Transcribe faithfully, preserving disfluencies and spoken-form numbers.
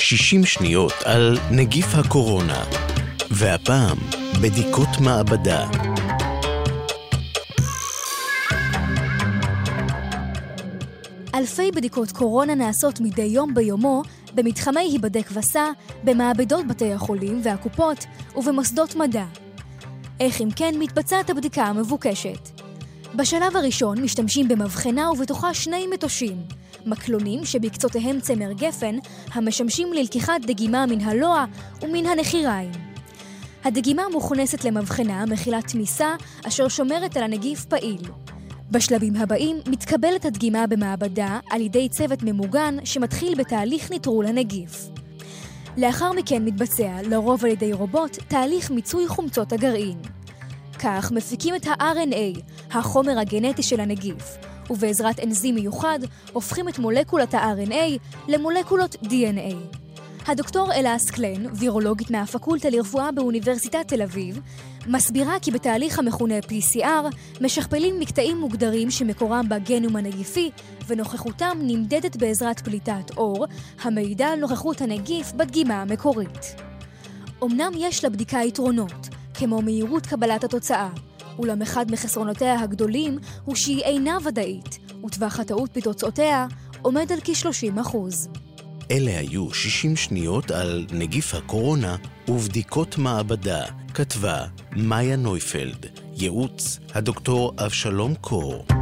שישים שניות על נגיף הקורונה, והפעם בדיקות מעבדה. אלפי בדיקות קורונה נעשות מדי יום ביומו במתחמי היבדק וסע, במעבדות בתי החולים והקופות ובמוסדות מדע. איך אם כן מתבצעת הבדיקה המבוקשת? בשלב הראשון משתמשים במבחנה ובתוכה שני מטושים, מקלונים שבקצותיהם צמר גפן המשמשים ללקיחת דגימה מן הלוע ומן הנחיריים. הדגימה מוכנסת למבחנה מכילת תמיסה אשר שומרת על הנגיף פעיל. בשלבים הבאים מתקבלת הדגימה במעבדה על ידי צוות ממוגן שמתחיל בתהליך ניטרול הנגיף. לאחר מכן מתבצע, לרוב על ידי רובוט, תהליך מיצוי חומצות הגרעין. כך מפיקים את ה-אר אן איי, החומר הגנטי של הנגיף, ובעזרת אנזים מיוחד הופכים את מולקולת ה-אר אן איי למולקולות די אן איי. הדוקטור אלה סקלן, וירולוגית מהפקולטה לרפואה באוניברסיטת תל אביב, מסבירה כי בתהליך המכונה פי סי אר משכפלים מקטעים מוגדרים שמקורם בגנום הנגיפי, ונוכחותם נמדדת בעזרת פליטת אור, המעידה על נוכחות הנגיף בדגימה המקורית. אמנם יש לבדיקה יתרונות, כמו מהירות קבלת התוצאה, אולם אחד מחסרונותיה הגדולים הוא שהיא אינה ודאית, וטווח הטעות בתוצאותיה עומד על כ-שלושים אחוז. אלה היו שישים שניות על נגיף הקורונה ובדיקות מעבדה. כתבה מאיה נויפלד, ייעוץ הדוקטור אבשלום קור.